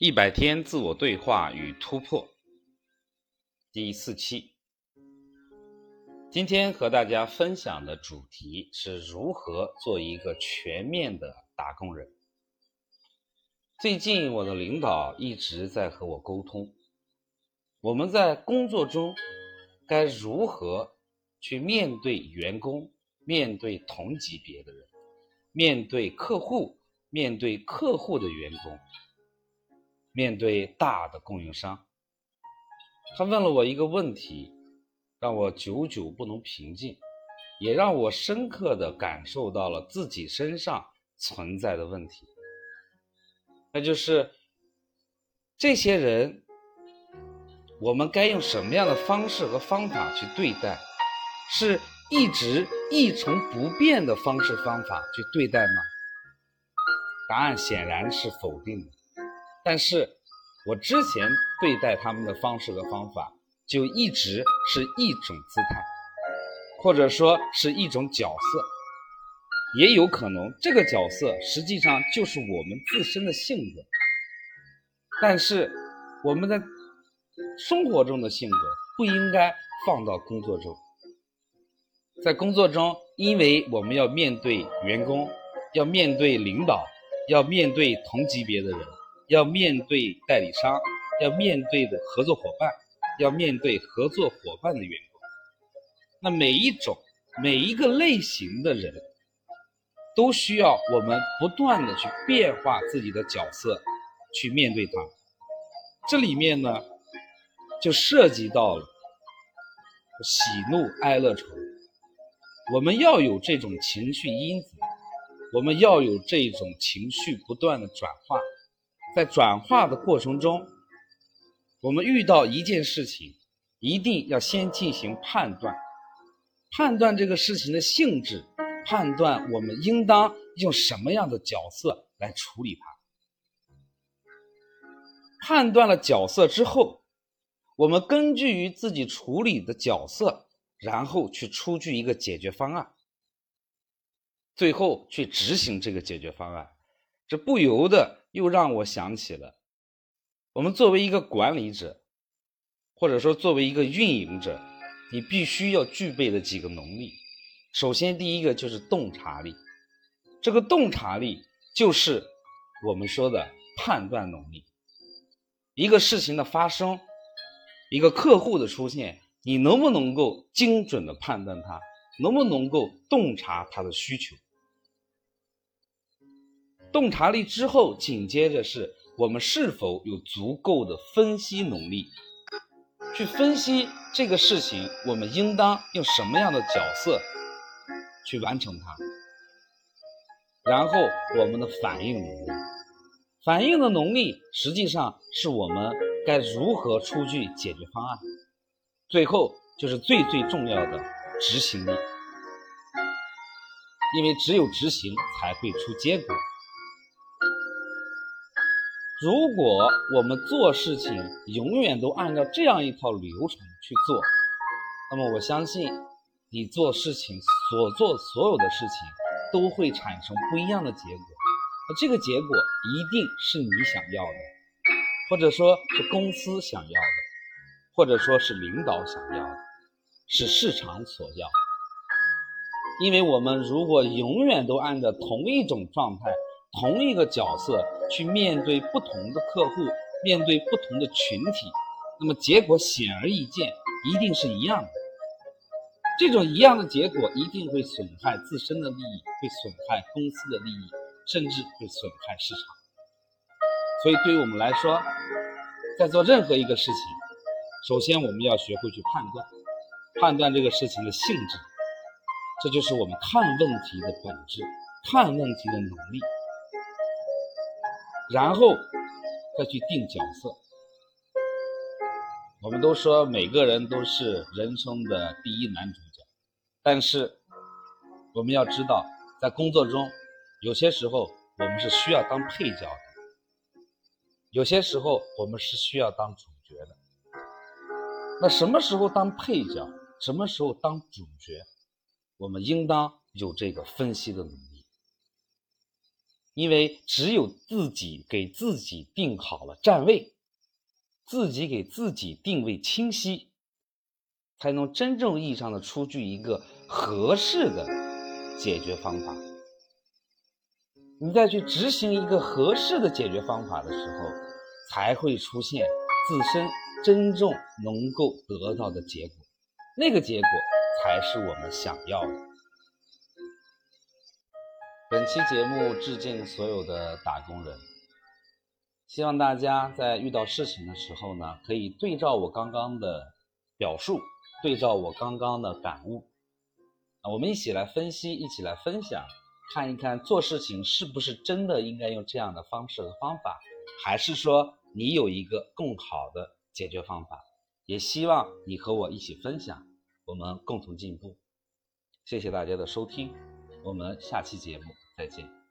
100天自我对话与突破第4期。今天和大家分享的主题是如何做一个全面的打工人。最近我的领导一直在和我沟通，我们在工作中该如何去面对员工，面对同级别的人，面对客户，面对客户的员工，面对大的供应商。他问了我一个问题，让我久久不能平静，也让我深刻地感受到了自己身上存在的问题。那就是这些人，我们该用什么样的方式和方法去对待？是一直一成不变的方式方法去对待吗？答案显然是否定的。但是我之前对待他们的方式和方法就一直是一种姿态，或者说是一种角色，也有可能这个角色实际上就是我们自身的性格。但是我们在生活中的性格不应该放到工作中。在工作中，因为我们要面对员工，要面对领导，要面对同级别的人，要面对代理商，要面对的合作伙伴，要面对合作伙伴的员工。那每一个类型的人都需要我们不断的去变化自己的角色去面对他。这里面呢就涉及到了喜怒哀乐愁，我们要有这种情绪因子，我们要有这种情绪不断的转化。在转化的过程中，我们遇到一件事情一定要先进行判断，判断这个事情的性质，判断我们应当用什么样的角色来处理它。判断了角色之后，我们根据于自己处理的角色，然后去出具一个解决方案，最后去执行这个解决方案。这不由得又让我想起了我们作为一个管理者，或者说作为一个运营者，你必须要具备的几个能力。首先第一个就是洞察力，这个洞察力就是我们说的判断能力。一个事情的发生，一个客户的出现，你能不能够精准的判断它，能不能够洞察他的需求。洞察力之后，紧接着是我们是否有足够的分析能力，去分析这个事情我们应当用什么样的角色去完成它。然后我们的反应能力，反应的能力实际上是我们该如何出具解决方案。最后就是最重要的执行力，因为只有执行才会出结果。如果我们做事情永远都按照这样一套流程去做，那么我相信你做事情所有的事情都会产生不一样的结果。那这个结果一定是你想要的，或者说是公司想要的，或者说是领导想要的，是市场所要的。因为我们如果永远都按照同一种状态，同一个角色去面对不同的客户，面对不同的群体，那么结果显而易见，一定是一样的。这种一样的结果一定会损害自身的利益，会损害公司的利益，甚至会损害市场。所以对于我们来说，在做任何一个事情，首先我们要学会去判断这个事情的性质，这就是我们看问题的本质，看问题的能力。然后再去定角色。我们都说每个人都是人生的第一男主角，但是我们要知道，在工作中有些时候我们是需要当配角的，有些时候我们是需要当主角的。那什么时候当配角，什么时候当主角，我们应当有这个分析的能力。 因为只有自己给自己定好了站位，自己给自己定位清晰，才能真正意义上的出具一个合适的解决方法。你再去执行一个合适的解决方法的时候，才会出现自身真正能够得到的结果，那个结果才是我们想要的。本期节目致敬所有的打工人，希望大家在遇到事情的时候呢，可以对照我刚刚的表述，对照我刚刚的感悟，我们一起来分析，一起来分享，看一看做事情是不是真的应该用这样的方式和方法，还是说你有一个更好的解决方法。也希望你和我一起分享，我们共同进步。谢谢大家的收听，我们下期节目再见。